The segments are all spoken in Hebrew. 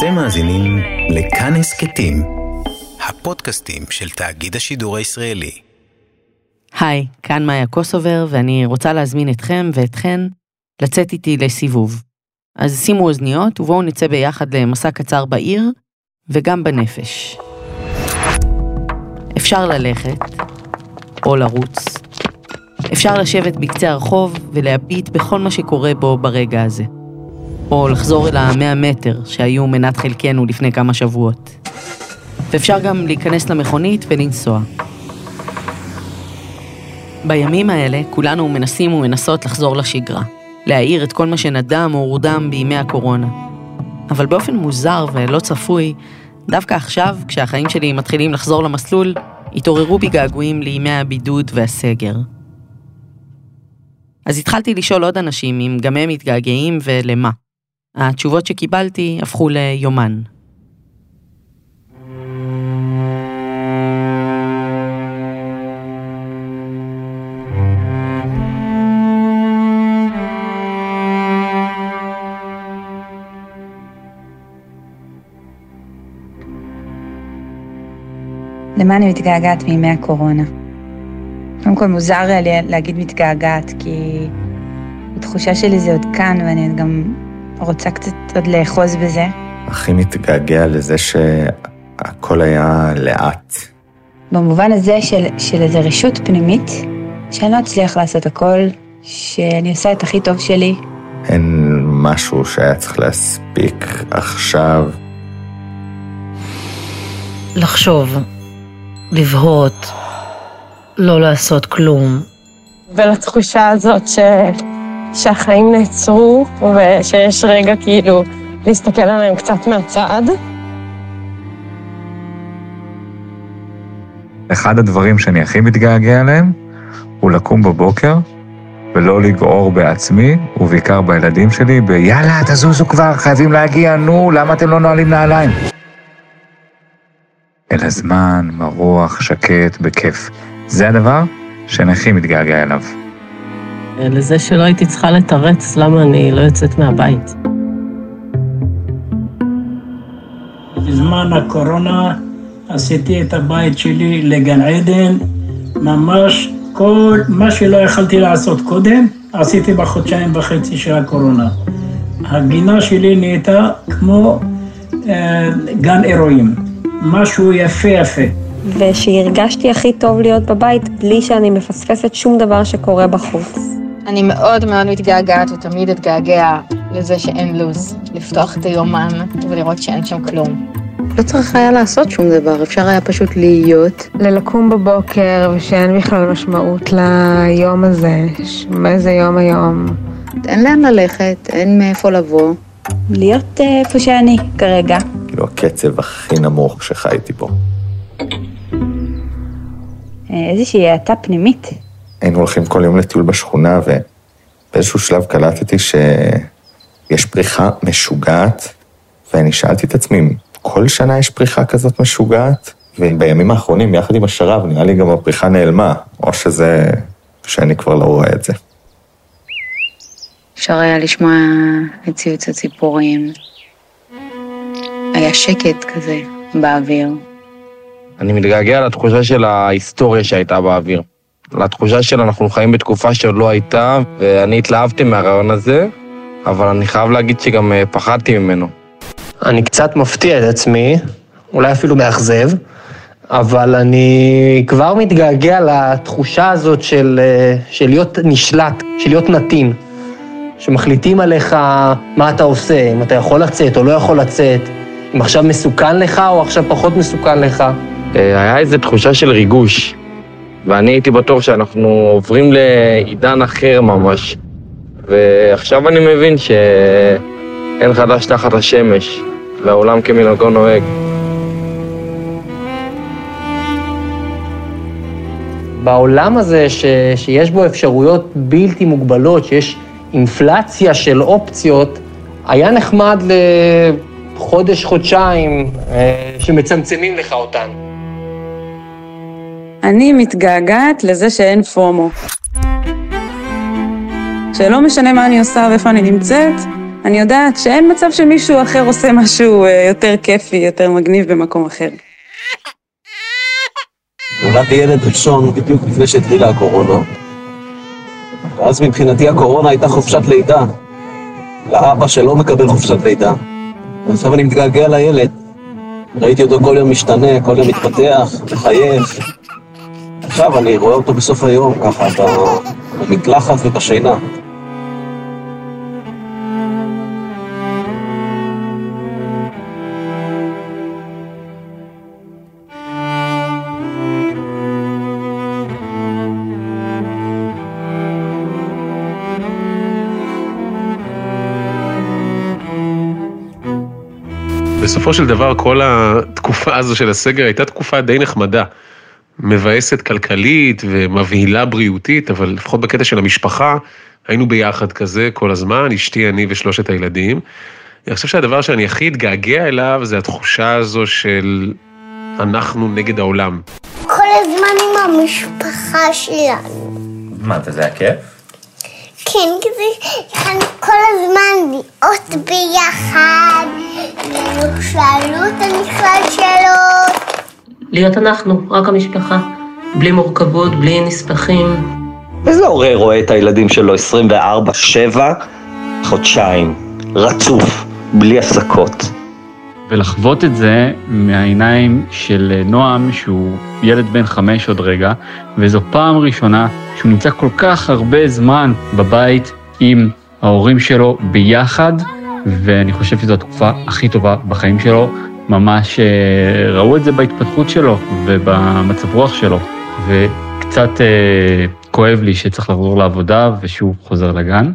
אתם מאזינים לכאן הסכתים, הפודקאסטים של תאגיד השידור הישראלי. היי, כאן מאיה קוסובר, ואני רוצה להזמין אתכם ואתכן לצאת איתי לסיבוב. אז שימו אוזניות ובואו נצא ביחד למסע קצר בעיר וגם בנפש. אפשר ללכת או לרוץ. אפשר לשבת בקצה הרחוב ולהביט בכל מה שקורה בו ברגע הזה. או לחזור אל 100 מטר שהיו מנת חלקנו לפני כמה שבועות. ואפשר גם להיכנס למכונית ולנסוע. בימים האלה כולנו מנסים ומנסות לחזור לשגרה. להעיר את כל מה שנדם או הורדם בימי הקורונה. אבל באופן מוזר ולא צפוי, דווקא עכשיו, כשהחיים שלי מתחילים לחזור למסלול, התעוררו בי געגועים לימי הבידוד והסגר. אז התחלתי לשאול עוד אנשים אם גם הם מתגעגעים ולמה. התשובות שקיבלתי הפכו ליומן. למה אני מתגעגעת מימי הקורונה? קודם כל מוזר לי להגיד מתגעגעת, כי התחושה שלי זה עוד כאן, ואני גם רוצה קצת עוד לאחוז בזה. הכי מתגעגע לזה שהכל היה לאט. במובן הזה של איזו רשות פנימית, שאני לא אצליח לעשות הכל, שאני עושה את הכי טוב שלי. אין משהו שהיה צריך להספיק עכשיו. לחשוב, לבהות, לא לעשות כלום. ולתחושה הזאת שהחיים נעצרו, ושיש רגע כאילו להסתכל עליהם קצת מהצד. אחד הדברים שאני הכי מתגעגע עליהם, הוא לקום בבוקר, ולא לגעור בעצמי, ובעיקר בילדים שלי, יאללה, תזוזו כבר, חייבים להגיע, נו, למה אתם לא נועלים נעליים? אלא זמן, מרוח, שקט, בכיף. זה הדבר שאני הכי מתגעגע אליו. לזה שלא הייתי צריכה לתרץ למה אני לא יוצאת מהבית. בזמן הקורונה עשיתי את הבית שלי לגן עדן, ממש כל מה שלא יכלתי לעשות קודם, עשיתי בחודשיים וחצי של הקורונה. הגינה שלי נהייתה כמו גן אירועים. משהו יפה יפה. ושהרגשתי הכי טוב להיות בבית, בלי שאני מפספסת שום דבר שקורה בחוץ. אני מאוד מאוד מתגעגעת ותמיד אתגעגע לזה שאין לוז. לפתוח את היומן ולראות שאין שם כלום. לא צריך היה לעשות שום דבר, אפשר היה פשוט להיות. ללקום בבוקר ושאין בכלל משמעות ליום הזה. מה זה יום היום? אין לאן ללכת, אין מאיפה לבוא. להיות איפה שאני כרגע. כאילו הקצב הכי נמוך שחייתי בו. איזושהי האטה פנימית. היינו הולכים כל יום לטיול בשכונה, ובאיזשהו שלב קלטתי שיש פריחה משוגעת, ואני שאלתי את עצמי, כל שנה יש פריחה כזאת משוגעת? ובימים האחרונים, יחד עם השרב, נראה לי גם הפריחה נעלמה, או שזה שאני כבר לא רואה את זה. אפשר היה לשמוע את ציוץ הציפורים. היה שקט כזה באוויר. אני מתגעגע לתחושה של ההיסטוריה שהייתה באוויר. לתחושה של אנחנו חיים בתקופה שעוד לא הייתה, ואני התלהבתי מהרעיון הזה, אבל אני חייב להגיד שגם פחדתי ממנו. אני קצת מפתיע את עצמי, אולי אפילו מאכזב, אבל אני כבר מתגעגע לתחושה הזאת של להיות נשלט, של להיות נתין. שמחליטים עליך מה אתה עושה, אם אתה יכול לצאת או לא יכול לצאת, אם עכשיו מסוכן לך או עכשיו פחות מסוכן לך. היה איזו תחושה של ריגוש, ואני הייתי בטוח שאנחנו עוברים לעידן אחר ממש. ועכשיו אני מבין שאין חדש תחת השמש, והעולם כמנהגו נוהג. בעולם הזה שיש בו אפשרויות בלתי מוגבלות, שיש אינפלציה של אופציות, היה נחמד לחודש, חודשיים, שמצמצמים לך אותן. אני מתגעגעת לזה שאין פומו. שלא משנה מה אני עושה ואיפה אני נמצאת, אני יודעת שאין מצב שמישהו אחר עושה משהו יותר כיפי, יותר מגניב במקום אחר. נולדתי ילד ראשון בדיוק לפני שהתחילה הקורונה. ואז מבחינתי הקורונה הייתה חופשת לידה. לאבא שלא מקבל חופשת לידה. ועכשיו אני מתגעגע לילד. ראיתי אותו כל יום משתנה, כל יום מתפתח, מחייך. עכשיו אני רואה אותו בסוף היום ככה במקלחת ובשינה. בסופו של דבר, כל התקופה הזו של הסגר הייתה תקופה די נחמדה. מבאסת כלכלית ומבהילה בריאותית, אבל לפחות בקטע של המשפחה, היינו ביחד כזה כל הזמן, אשתי, אני ושלושת הילדים. אני חושב שהדבר שאני הכי התגעגע אליו, זה התחושה הזו של אנחנו נגד העולם. כל הזמן עם המשפחה שלנו. מה, וזה היה כיף? כן, כזה יכולנו כל הזמן להיות ביחד, שאלו את הנכלל שאלות. להיות אנחנו, רק המשפחה, בלי מורכבות, בלי נספחים. איזה הורה רואה את הילדים שלו 24/7, חודשיים, רצוף, בלי הפסקות. ולחוות את זה מהעיניים של נועם, שהוא ילד בן 5 עוד רגע, וזו פעם ראשונה שהוא נמצא כל כך הרבה זמן בבית עם ההורים שלו ביחד, ואני חושב שזו התקופה הכי טובה בחיים שלו. ממש ראו את זה בהתפתחות שלו ובמצב רוח שלו, וקצת כואב לי שצריך לחזור לעבודה ושוב חוזר לגן.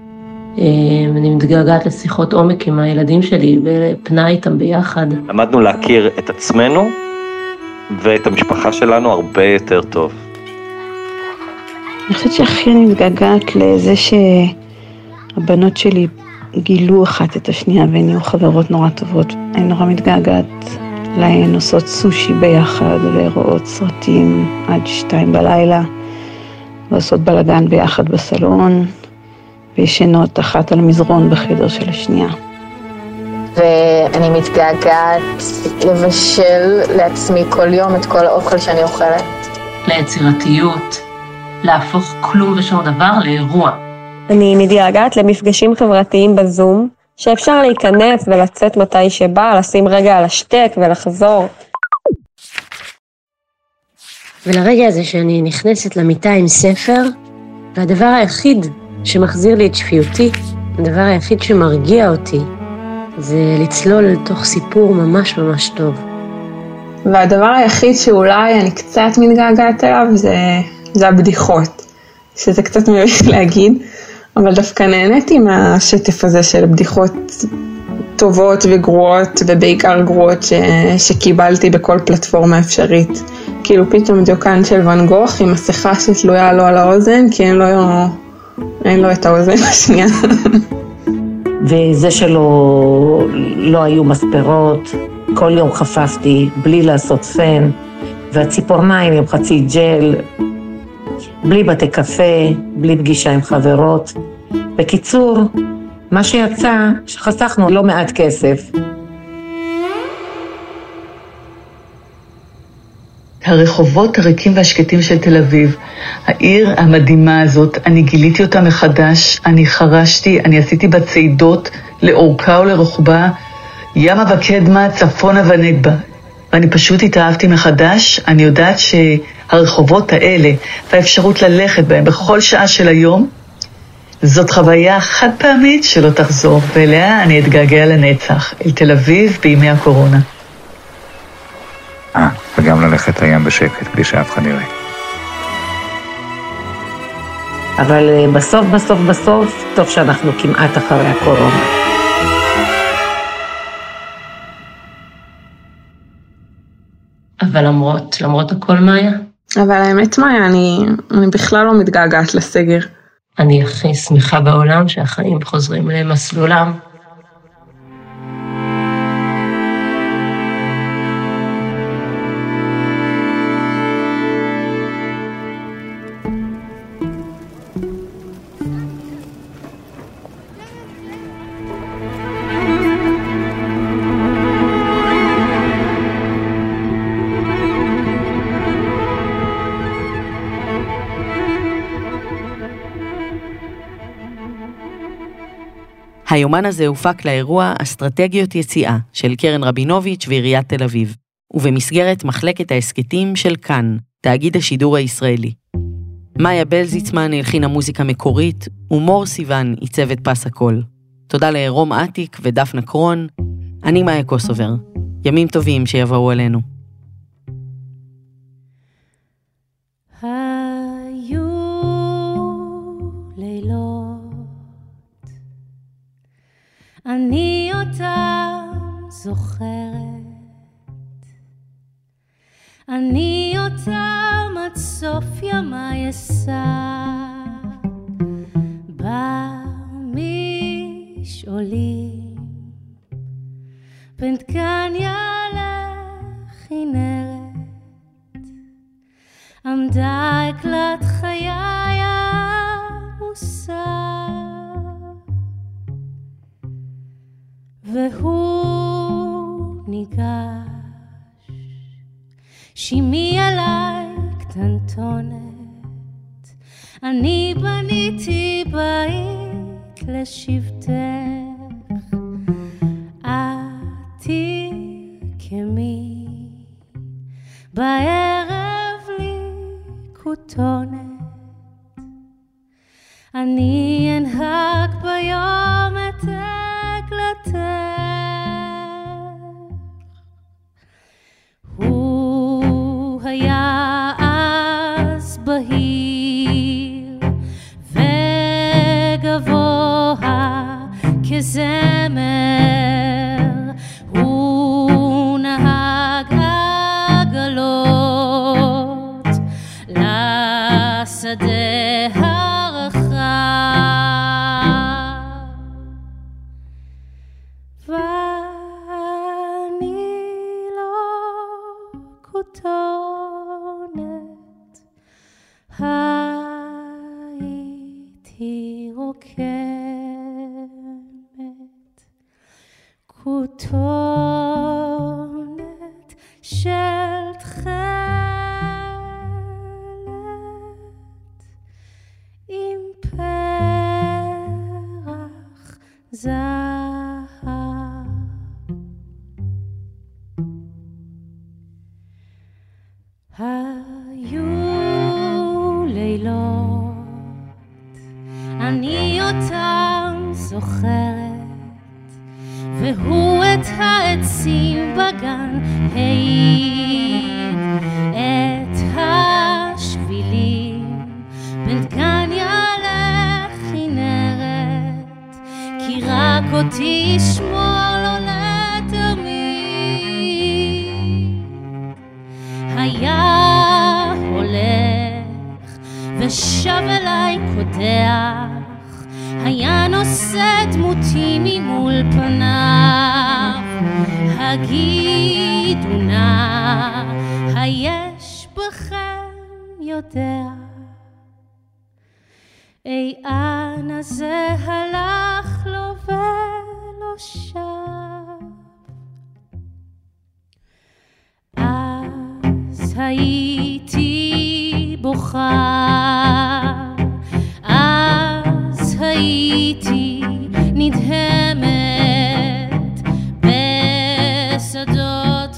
אני מתגעגעת לשיחות עומק עם הילדים שלי ופנה איתם ביחד. למדנו להכיר את עצמנו ואת המשפחה שלנו הרבה יותר טוב. אני חושבת שהכי אני מתגעגעת לזה שהבנות שלי גילו אחת את השנייה והן נהיו חברות נורא טובות. אני נורא מתגעגעת להן עושות סושי ביחד ורואות סרטים עד 2 בלילה ועושות בלגן ביחד בסלון וישנות אחת על מזרון בחדר של השנייה. ואני מתגעגעת לבשל לעצמי כל יום את כל האוכל שאני אוכלת. ליצירתיות, להפוך כלום ושום דבר לאירוע. אני מתגעגעת למפגשים חברתיים בזום, שאפשר להיכנס ולצאת מתי שבא, לשים רגע על השטק ולחזור. ולרגע הזה שאני נכנסת למיטה עם ספר, והדבר היחיד שמחזיר לי את שפיותי, הדבר היחיד שמרגיע אותי, זה לצלול לתוך סיפור ממש ממש טוב. והדבר היחיד שאולי אני קצת מתגעגעת אליו זה הבדיחות, שזה קצת מביך להגיד, אבל דווקא נהניתי מהשטף הזה של בדיחות טובות וגרועות, ובעיקר גרועות שקיבלתי בכל פלטפורמה אפשרית. כאילו פתאום דיוקן של ואן גוך עם מסכה שתלויה לו על האוזן, כי אין לו את האוזן השנייה. וזה שלא לא היו מספרות, כל יום חפפתי בלי לעשות פן, והציפורניים עם חצי ג'ל, בלי בתי קפה, בלי פגישה עם חברות. בקיצור, מה שיצא שחסכנו לא מעט כסף. הרחובות הריקים והשקטים של תל אביב, העיר המדהימה הזאת, אני גיליתי אותה מחדש, אני חרשתי, אני עשיתי בצעידות לאורכה ולרוחבה, ימה וקדמה, צפונה ונגבה. ואני פשוט התאהבתי מחדש. אני יודעת שהרחובות האלה והאפשרות ללכת בהם בכל שעה של היום, זאת חוויה חד פעמית שלא תחזור, ואליה אני אתגעגע לנצח, אל תל אביב בימי הקורונה. וגם ללכת לים בשקט, בלי שאף אחד יראה. אבל בסוף, טוב שאנחנו כמעט אחרי הקורונה. אבל למרות הכל מאיה. אבל האמת מאיה, אני בכלל לא מתגעגעת לסגר. אני הכי שמחה בעולם שהחיים חוזרים למסלולם. היומן הזה הופק לאירוע אסטרטגיות יציאה של קרן רבינוביץ' ועיריית תל אביב, ובמסגרת מחלקת העסקתים של כאן, תאגיד השידור הישראלי. מאיה בלזיצמן הלחינה מוזיקה מקורית, ומור סיוון עיצב את פס הקול. תודה לרום עתיק ודפנה קרון. אני מאיה קוסובר. ימים טובים שיבואו עלינו. היו לילות, אני אותם זוכרת, אני אותם עד סוף ימי אשא במשעולים בין דגניה לכנרת, עמדה הקלת חיי עמוסה, והוא ניגש שימי עליי קטנטונת, אני בניתי בית לשבטך, עתי כמי בערב לי כותונת, אני אנהג ביום את עגלתך, הוא היה אז בהיר וגבוה כזמר, הוא נהג עגלות לשדה הרחב, ואני לא כותונת, הייתי רוקמת, כותונת של תכלת עם פרח זהב. היו לילות, אני אותם זוכרת, והוא את העצים בגן העיד, את השבילים בין דגניה לכנרת, כי רק אותי ישמור לו לתמיד. היה הולך ושב אליי קודח, היה נושא דמותי ממול פניו, הגידו נא, היש בכם יודע, אי הזה הלך לו ולא שב. אז הייתי בוכה, אז הייתי נדהמת בשדות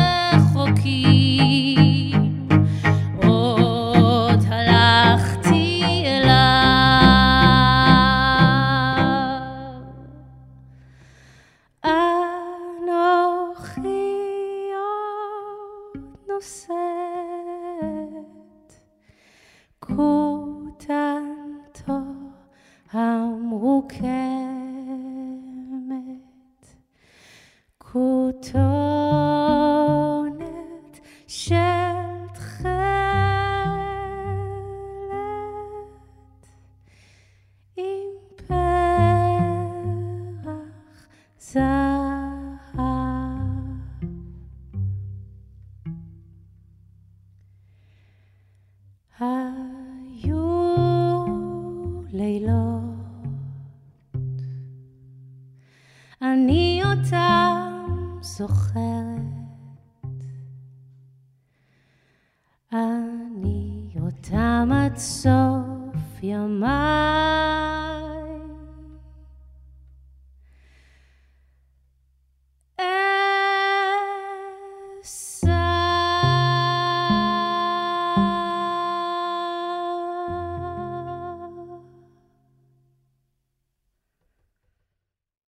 רחוקים, עוד הלכתי אליו, אנוכי עוד נושאת כותנתו המרוקמת, כותונת של תכלת עם פרח זהב. היו לילות, אני אותם זוכרת, אני אותם עד סוף ימי